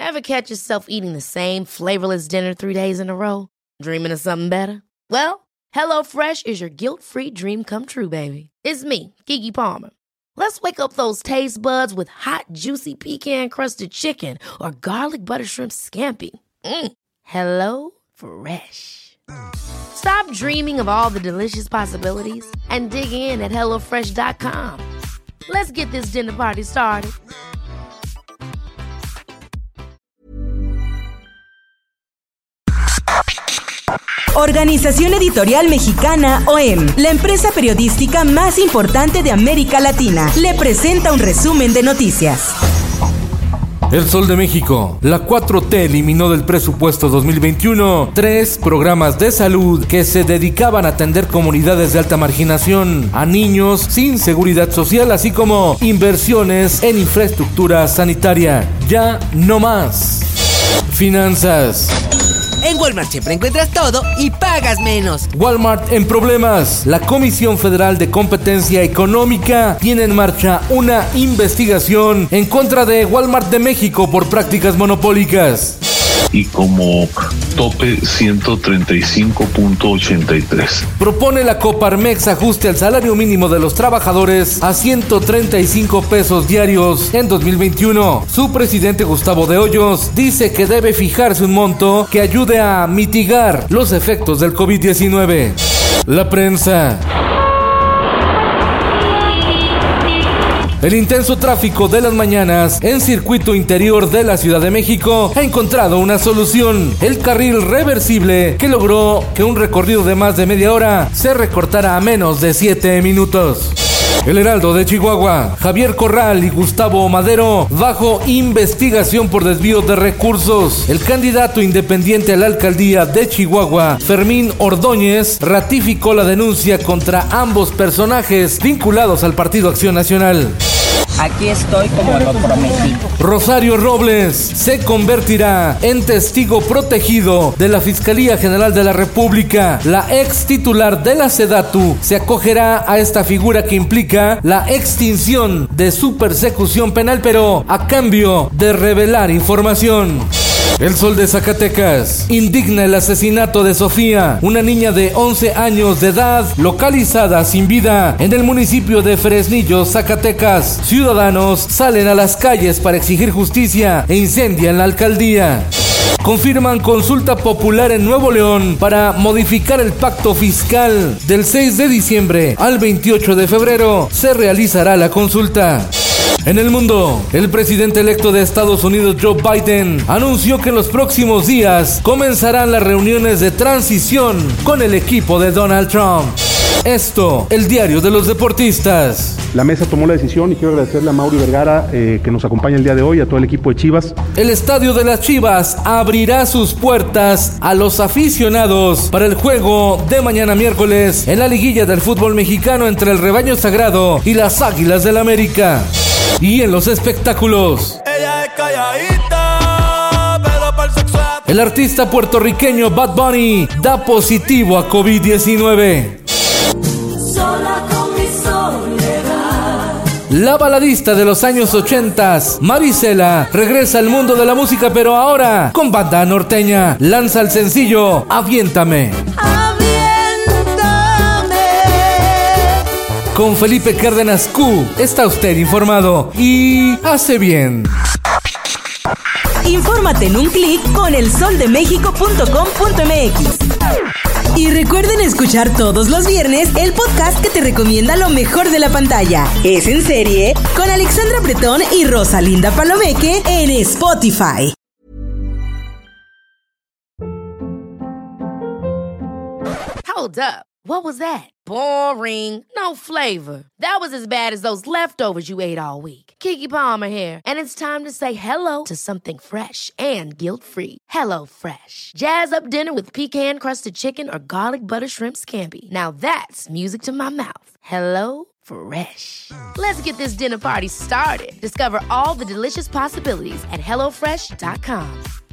Ever catch yourself eating the same flavorless dinner 3 days in a row? Dreaming of something better? Well, HelloFresh is your guilt-free dream come true, baby. It's me, Keke Palmer. Let's wake up those taste buds with hot, juicy pecan-crusted chicken or garlic butter shrimp scampi. HelloFresh. Stop dreaming of all the delicious possibilities and dig in at HelloFresh.com. Let's get this dinner party started. Organización Editorial Mexicana, OEM, la empresa periodística más importante de América Latina, le presenta un resumen de noticias. El Sol de México. La 4T eliminó del presupuesto 2021 3 programas de salud que se dedicaban a atender comunidades de alta marginación, a niños sin seguridad social, así como inversiones en infraestructura sanitaria. Ya no más. Finanzas. En Walmart siempre encuentras todo y pagas menos. Walmart en problemas. La Comisión Federal de Competencia Económica tiene en marcha una investigación en contra de Walmart de México por prácticas monopólicas. Y como tope 135.83. Propone la Coparmex ajuste al salario mínimo de los trabajadores a 135 pesos diarios en 2021. Su presidente Gustavo de Hoyos dice que debe fijarse un monto que ayude a mitigar los efectos del COVID-19. La prensa. El intenso tráfico de las mañanas en circuito interior de la Ciudad de México ha encontrado una solución. El carril reversible que logró que un recorrido de más de media hora se recortara a menos de 7 minutos. El Heraldo de Chihuahua. Javier Corral y Gustavo Madero bajo investigación por desvío de recursos. El candidato independiente a la alcaldía de Chihuahua, Fermín Ordóñez, ratificó la denuncia contra ambos personajes vinculados al Partido Acción Nacional. Aquí estoy como lo prometí. Rosario Robles se convertirá en testigo protegido de la Fiscalía General de la República. La ex titular de la SEDATU se acogerá a esta figura que implica la extinción de su persecución penal, pero a cambio de revelar información. El Sol de Zacatecas. Indigna el asesinato de Sofía, una niña de 11 años de edad localizada sin vida en el municipio de Fresnillo, Zacatecas. Ciudadanos salen a las calles para exigir justicia e incendian la alcaldía. Confirman consulta popular en Nuevo León para modificar el pacto fiscal. Del 6 de diciembre al 28 de febrero se realizará la consulta. En el mundo, el presidente electo de Estados Unidos, Joe Biden, anunció que en los próximos días comenzarán las reuniones de transición con el equipo de Donald Trump. Esto, el diario de los deportistas. La mesa tomó la decisión y quiero agradecerle a Mauri Vergara que nos acompaña el día de hoy, a todo el equipo de Chivas. El estadio de las Chivas abrirá sus puertas a los aficionados para el juego de mañana miércoles en la liguilla del fútbol mexicano entre el Rebaño Sagrado y las Águilas del América. Y en los espectáculos, ella es calladita, pero para el sexo. El artista puertorriqueño Bad Bunny da positivo a COVID-19. Sola con mi soledad. La baladista de los años 80, Marisela, regresa al mundo de la música, pero ahora con banda norteña. Lanza el sencillo Aviéntame. Con Felipe Cárdenas Q, está usted informado y hace bien. Infórmate en un clic con elsoldemexico.com.mx. Y recuerden escuchar todos los viernes el podcast que te recomienda lo mejor de la pantalla. Es en serie con Alexandra Bretón y Rosalinda Palomeque en Spotify. Hold up. What was that? Boring. No flavor. That was as bad as those leftovers you ate all week. Keke Palmer here, and it's time to say hello to something fresh and guilt-free. Hello Fresh. Jazz up dinner with pecan-crusted chicken or garlic butter shrimp scampi. Now that's music to my mouth. Hello Fresh. Let's get this dinner party started. Discover all the delicious possibilities at HelloFresh.com.